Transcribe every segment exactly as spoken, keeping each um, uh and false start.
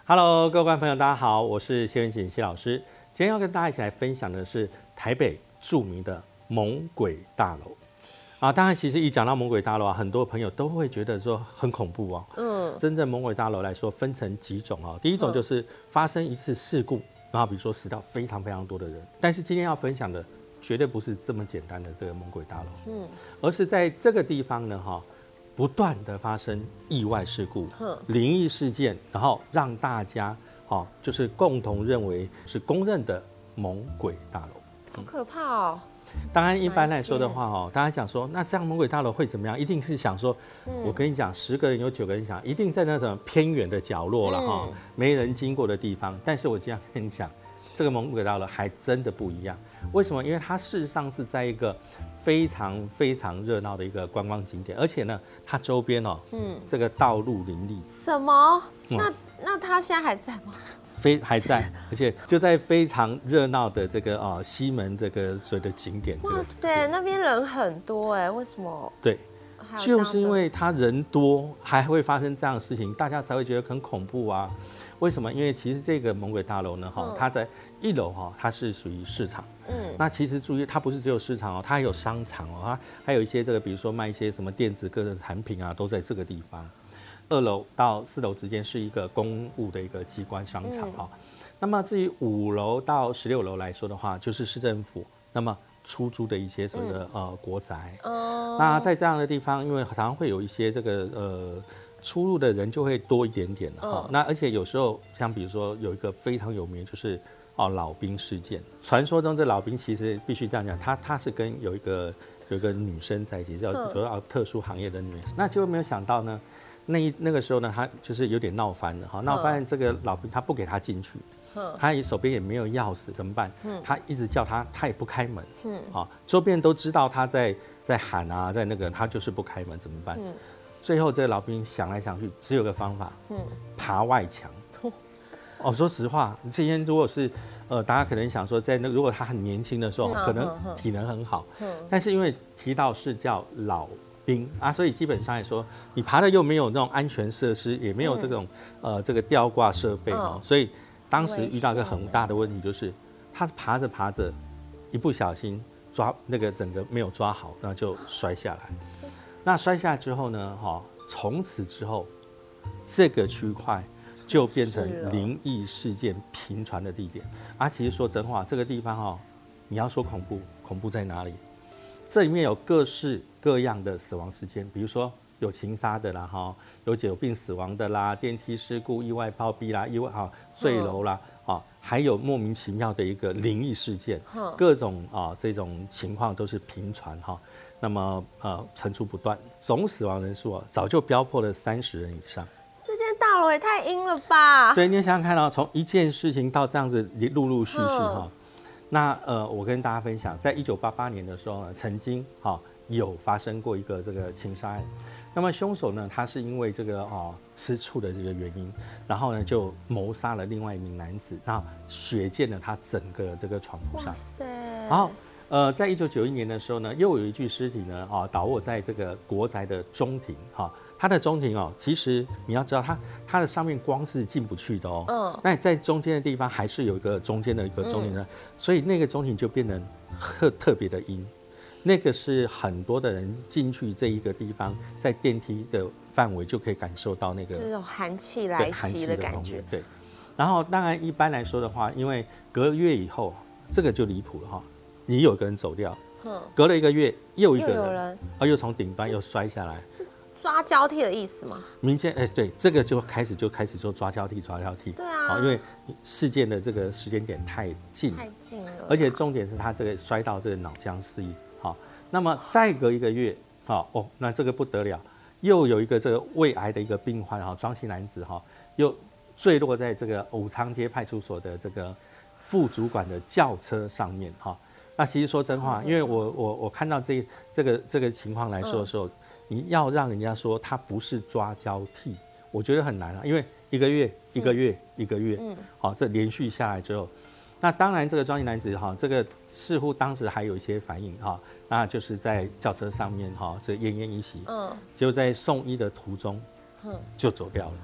Hello， 各位观众朋友，大家好，我是谢元锦谢老师。今天要跟大家一起来分享的是台北著名的猛鬼大楼啊。当然，其实一讲到猛鬼大楼啊，很多朋友都会觉得说很恐怖哦。嗯，真正猛鬼大楼来说，分成几种啊。第一种就是发生一次事故，然后比如说死掉非常非常多的人。但是今天要分享的绝对不是这么简单的这个猛鬼大楼，嗯，而是在这个地方呢，哈。不断的发生意外事故、灵异事件，然后让大家哦，就是共同认为是公认的猛鬼大楼。 好可怕哦！ 当然，一般来说的话哦，大家想说，那这样猛鬼大楼会怎么样？一定是想说，嗯、我跟你讲，十个人有九个人想，一定在那种偏远的角落了哈、嗯，没人经过的地方。但是我这样跟你讲，这个猛鬼大楼还真的不一样。为什么？因为它事实上是在一个非常非常热闹的一个观光景点，而且呢，它周边哦，嗯，这个道路林立。 什么？嗯、那那它现在还在吗？ 非还在，而且就在非常热闹的这个哦西门这个所谓的景点。 哇塞，那边人很多哎，为什么？ 对。就是因为他人多，还会发生这样的事情，大家才会觉得很恐怖啊。为什么？因为其实这个猛鬼大楼呢，哈、嗯，它在一楼哈，它是属于市场。嗯。那其实注意，它不是只有市场哦，它还有商场哦，它还有一些这个，比如说卖一些什么电子各的产品啊，都在这个地方。二楼到四楼之间是一个公务的一个机关商场哈、嗯。那么至于五楼到十六楼来说的话，就是市政府。那么出租的一些所谓的、嗯、呃国宅，哦，那在这样的地方，因为常常会有一些这个呃出入的人就会多一点点的哈、嗯。那而且有时候像比如说有一个非常有名就是哦老兵事件，传说中这老兵其实必须这样讲，他他是跟有一个有一个女生在一起，叫主要特殊行业的女生，那结果没有想到呢，那一那个时候呢，他就是有点闹翻了哈，闹翻这个老兵他不给他进去。他手边也没有钥匙，怎么办？嗯、他一直叫他，他也不开门。嗯，啊，周边都知道他在在喊啊，在那个，他就是不开门，怎么办？嗯、最后这个老兵想来想去，只有个方法，嗯、爬外墙。哦，说实话，今天如果是呃，大家可能想说，在那如果他很年轻的时候，嗯、可能体能很好，嗯、但是因为提到是叫老兵啊，所以基本上来说，你爬的又没有那种安全设施，也没有这种、嗯、呃这个吊挂设备哦，所以。当时遇到一个很大的问题，就是他爬着爬着，一不小心抓那个整个没有抓好，然后就摔下来。那摔下来之后呢，哈，从此之后，这个区块就变成灵异事件频传的地点。啊，其实说真话，这个地方哈，你要说恐怖，恐怖在哪里？这里面有各式各样的死亡事件，比如说。有情杀的啦，哈，有久病死亡的啦，电梯事故、意外暴毙啦，意外哈坠楼啦，啊，还有莫名其妙的一个灵异事件，各种啊这种情况都是频传哈，那么呃层出不穷，总死亡人数啊早就飙破了三十人以上。 这间大楼也太阴了吧？ 对，你想想看哦，从一件事情到这样子陆陆续续哈，那呃我跟大家分享，在一九八八年的时候呢，曾经哈。有发生过一个这个情杀案，那么凶手呢，他是因为这个哦吃醋的这个原因，然后呢就谋杀了另外一名男子，然后血溅了他整个这个床铺上。哇塞！然后呃，在一九九一年的时候呢，又有一具尸体呢啊倒卧在这个国宅的中庭哈，它的中庭哦，其实你要知道它它的上面光是进不去的哦，嗯，那在中间的地方还是有一个中间的一个中庭的，嗯、所以那个中庭就变得特特别的阴。那个是很多的人进去这一个地方，在电梯的范围就可以感受到那个这种寒气来袭的感觉。 对，然后当然一般来说的话，因为隔月以后，这个就离谱了哈。你有个人走掉，隔了一个月又一个人，人啊又从顶端又摔下来， 是抓交替的意思吗？ 明天哎，对，这个就开始就开始说抓交替，抓交替。 对啊， 因为事件的这个时间点太近了， 太近了， 而且重点是他这个摔到这个脑浆四溢。好，那么再隔一个月，好哦，那这个不得了，又有一个这个胃癌的一个病患哈，庄姓男子哈，又坠落在这个武昌街派出所的这个副主管的轿车上面哈。那其实说真话，因为我我我看到这这个这个情况来说的时候，你要让人家说他不是抓交替，我觉得很难啊，因为一个月一个月一个月，好，这连续下来之后。那当然，这个庄姓男子哈，这个似乎当时还有一些反应哈，那就是在轿车上面哈，这奄奄一息，嗯，结果在送医的途中，嗯，就走掉了。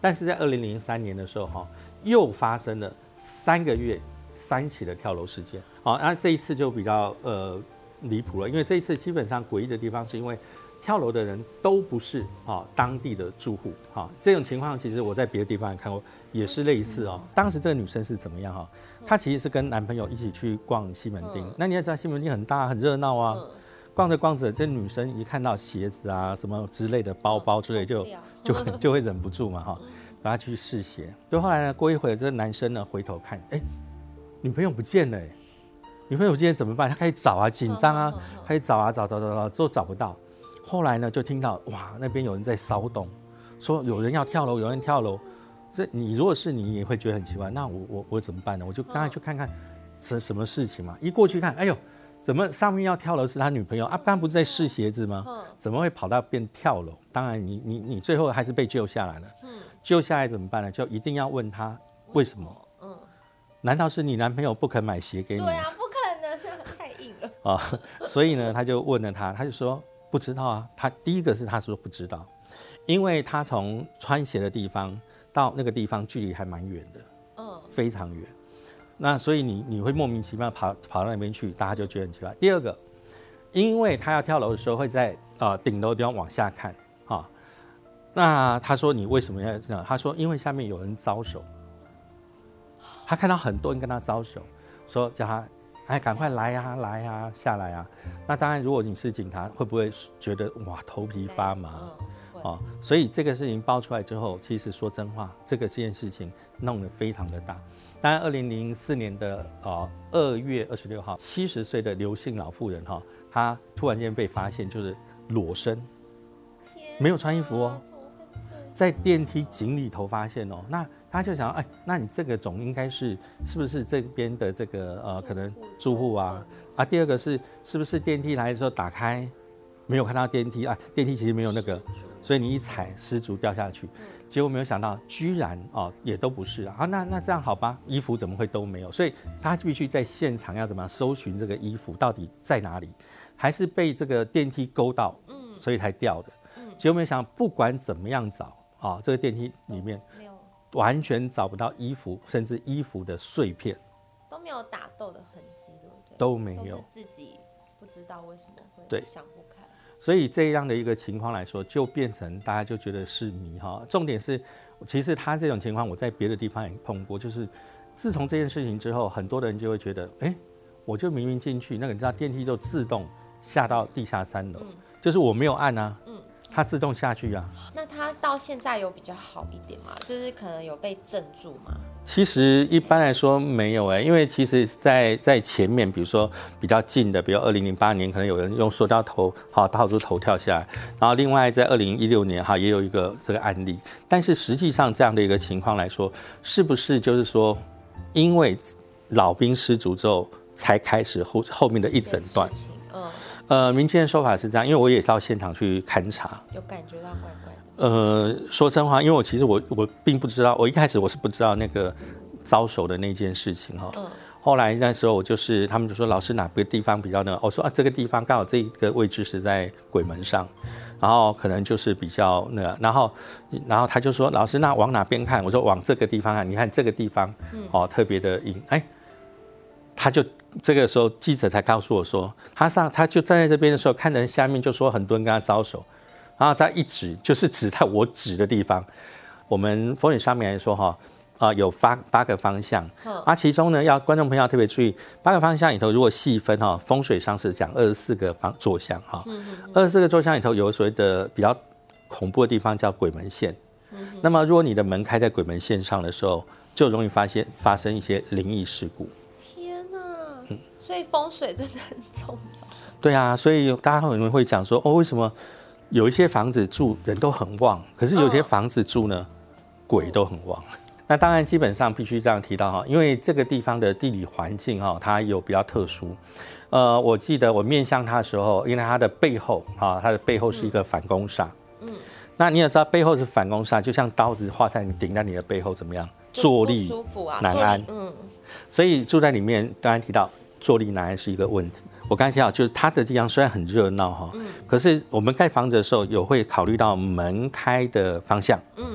但是在二零零三年的时候哈，又发生了三个月三起的跳楼事件。好，那这一次就比较呃离谱了，因为这一次基本上诡异的地方是因为跳楼的人都不是啊当地的住户。哈，这种情况其实我在别的地方也看过，也是类似哦。当时这个女生是怎么样哈？她其实是跟男朋友一起去逛西门町。那你也知道西门町很大很热闹啊。逛着逛着，这女生一看到鞋子啊什么之类的包包之类就，就就就会忍不住嘛哈，把她去试鞋。就后来呢，过一会儿，这个男生呢回头看，哎、欸，女朋友不见了、欸，女朋友不见怎么办？他开始找啊，紧张啊，开始找啊，找找找找，之后找不到。后来呢，就听到哇，那边有人在骚动，说有人要跳楼，有人跳楼。这你如果是你，也会觉得很奇怪。那我我我怎么办呢？我就刚才去看看这什么事情嘛。一过去看，哎呦。怎么上面要跳楼是他女朋友啊？刚刚不是在试鞋子吗？怎么会跑到变跳楼？当然你，你你你最后还是被救下来了。救下来怎么办呢？就一定要问他为什么？嗯，难道是你男朋友不肯买鞋给你？ 对啊，不可能，太硬了啊！所以呢，他就问了他，他就说不知道啊。他第一个是他说不知道，因为他从穿鞋的地方到那个地方距离还蛮远的，嗯，非常远。那所以你你会莫名其妙跑跑到那边去，大家就觉得很奇怪。第二个，因为他要跳楼的时候会在呃顶楼的地方往下看啊。那他说你为什么要这样？他说因为下面有人招手，他看到很多人跟他招手，说叫他哎赶快来啊来啊下来啊。那当然，如果你是警察，会不会觉得哇头皮发麻？哦，所以这个事情爆出来之后，其实说真话，这个这件事情弄得非常的大。当然，二零零四年的呃二月二十六号，七十岁的刘姓老妇人哈，她突然间被发现就是裸身，没有穿衣服哦，在电梯井里头发现哦。那他就想，哎，那你这个总应该是是不是这边的这个呃可能住户啊？啊，第二个是是不是电梯来的时候打开没有看到电梯啊？电梯其实没有那个。所以你一踩失足掉下去，结果没有想到，居然哦也都不是啊。那那这样好吧，衣服怎么会都没有？所以他必须在现场要怎么样搜寻这个衣服到底在哪里，还是被这个电梯勾到，所以才掉的。结果没有想到，不管怎么样找啊，这个电梯里面完全找不到衣服，甚至衣服的碎片都没有打斗的痕迹，对不对？ 都没有， 都是自己不知道为什么会想不开。 所以这样的一个情况来说，就变成大家就觉得是谜哈。重点是，其实他这种情况我在别的地方也碰过，就是自从这件事情之后，很多人就会觉得，哎、欸，我就明明进去，那个你知道电梯就自动下到地下三楼，嗯、就是我没有按啊，嗯，它自动下去啊。 那它到现在有比较好一点吗？就是可能有被镇住吗？ 其实一般来说没有哎、欸，因为其实在，在在前面，比如说比较近的，比如二零零八年，可能有人用塑胶头好套住头跳下来，然后另外在二零一六年哈也有一个这个案例，但是实际上这样的一个情况来说，是不是就是说，因为老兵失足之后才开始后后面的一整段？嗯，呃，民间的说法是这样，因为我也到现场去勘察， 有感觉到怪怪的。 呃，说真话，因为我其实我我并不知道，我一开始我是不知道那个招手的那件事情哈。嗯。后来那时候我就是他们就说老师哪个地方比较呢？我说啊这个地方刚好这个位置是在鬼门上，然后可能就是比较那个，然后然后他就说老师那往哪边看？我说往这个地方看，你看这个地方哦特别的阴，哎，他就这个时候记者才告诉我说，他上他就站在这边的时候，看人下面就说很多人跟他招手。然后再一指，就是指在我指的地方。我们风水上面来说，哈，啊，有八八个方向，啊，其中呢，要观众朋友要特别注意，八个方向里头，如果细分哈，风水上是讲二十四个方坐向哈，二十四个坐向里头有所谓的比较恐怖的地方叫鬼门线。那么，如果你的门开在鬼门线上的时候，就容易发现发生一些灵异事故。 天哪！嗯，所以风水真的很重要。 对啊，所以大家可能会讲说，哦，为什么？有一些房子住人都很旺，可是有些房子住呢，鬼都很旺。那当然基本上必须这样提到哈，因为这个地方的地理环境哈，它有比较特殊。呃，我记得我面向它的时候，因为它的背后哈，它的背后是一个反攻煞。嗯。那你也知道背后是反攻煞，就像刀子划在你顶在你的背后怎么样？坐立难安。嗯。所以住在里面，刚才提到坐立难安是一个问题。我刚才提到，就是它的地方虽然很热闹哈，可是我们盖房子的时候有会考虑到门开的方向，嗯，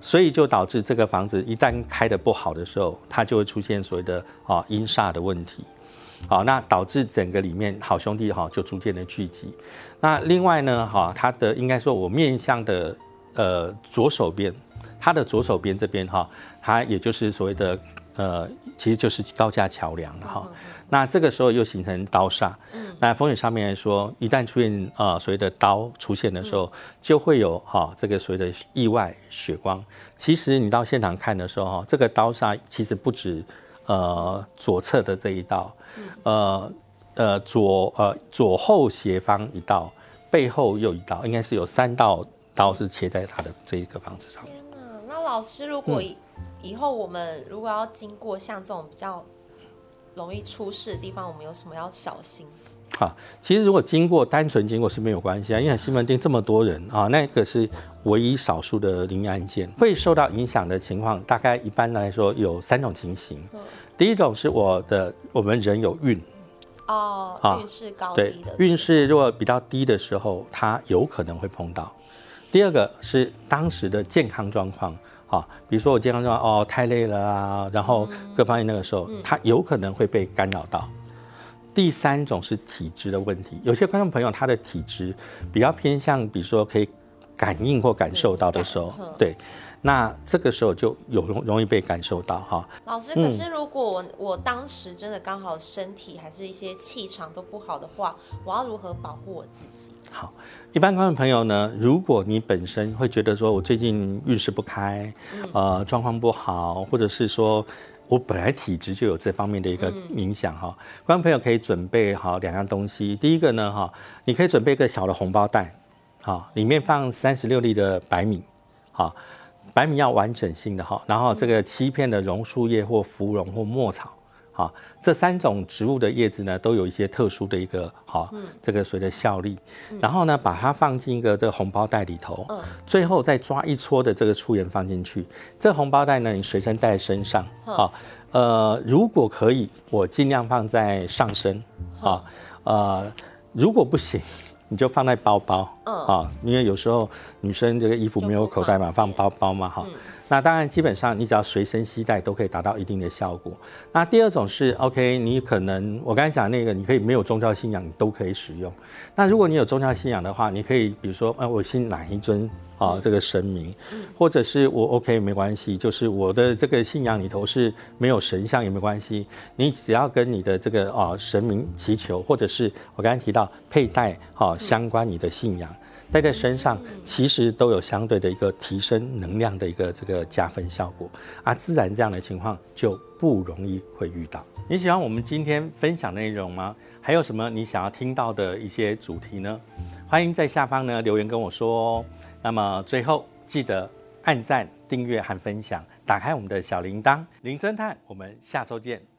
所以就导致这个房子一旦开得不好的时候，它就会出现所谓的啊阴煞的问题。好，那导致整个里面好兄弟哈就逐渐的聚集。那另外呢，哈，它的应该说我面向的呃左手边，它的左手边这边哈，它也就是所谓的呃，其实就是高架桥梁了哈。那这个时候又形成刀煞。那风水上面来说，一旦出现呃所谓的刀出现的时候，就会有哈这个所谓的意外血光。其实你到现场看的时候哈，这个刀煞其实不止呃左侧的这一道。呃呃左呃左后斜方一道，背后又一道，应该是有三道刀是切在它的这一个房子上面。 天哪！那老师，如果以、嗯、以后我们如果要经过像这种比较容易出事的地方，我们有什么要小心？ 好，其实如果经过单纯经过是没有关系啊，因为西门町这么多人啊，那个是唯一少数的灵异案件，会受到影响的情况，大概一般来说有三种情形。嗯、第一种是我的我们人有运哦，运势高低的， 对，运势如果比较低的时候，它有可能会碰到。第二个是当时的健康状况。啊，比如说我健康状况哦太累了啊，然后各方面那个时候，嗯、它有可能会被干扰到。第三种是体质的问题，有些观众朋友他的体质比较偏向，比如说可以感应或感受到的时候，对，那这个时候就有容容易被感受到哈。 老师，可是如果我我当时真的刚好身体还是一些气场都不好的话，我要如何保护我自己？ 好，一般观众朋友呢，如果你本身会觉得说我最近运势不开，呃，状况不好，或者是说我本来体质就有这方面的一个影响哈，观众朋友可以准备好两样东西。第一个呢哈，你可以准备一个小的红包袋，哈，里面放三十六粒的白米，哈，白米要完整性的哈，然后这个七片的榕树叶或芙蓉或墨草。好，这三种植物的叶子呢，都有一些特殊的一个好，这个所谓的效力。然后呢，把它放进一个这个红包袋里头，最后再抓一撮的这个粗盐放进去。这个红包袋呢，你随身带在身上。好，呃，如果可以，我尽量放在上身。好，呃，如果不行，你就放在包包。啊，因为有时候女生这个衣服没有口袋嘛，放包包嘛，哈。那当然，基本上你只要随身携带都可以达到一定的效果。那第二种是 OK， 你可能我刚才讲那个，你可以没有宗教信仰，你都可以使用。那如果你有宗教信仰的话，你可以比如说，呃，我信哪一尊啊这个神明，或者是我 OK 没关系，就是我的这个信仰里头是没有神像也没关系，你只要跟你的这个啊神明祈求，或者是我刚才提到佩戴啊相关你的信仰。戴在身上，其实都有相对的一个提升能量的一个这个加分效果啊，自然这样的情况就不容易会遇到。你喜欢我们今天分享的内容吗？还有什么你想要听到的一些主题呢？欢迎在下方呢留言跟我说哦。那么最后记得按赞、订阅和分享，打开我们的小铃铛，林侦探，我们下周见。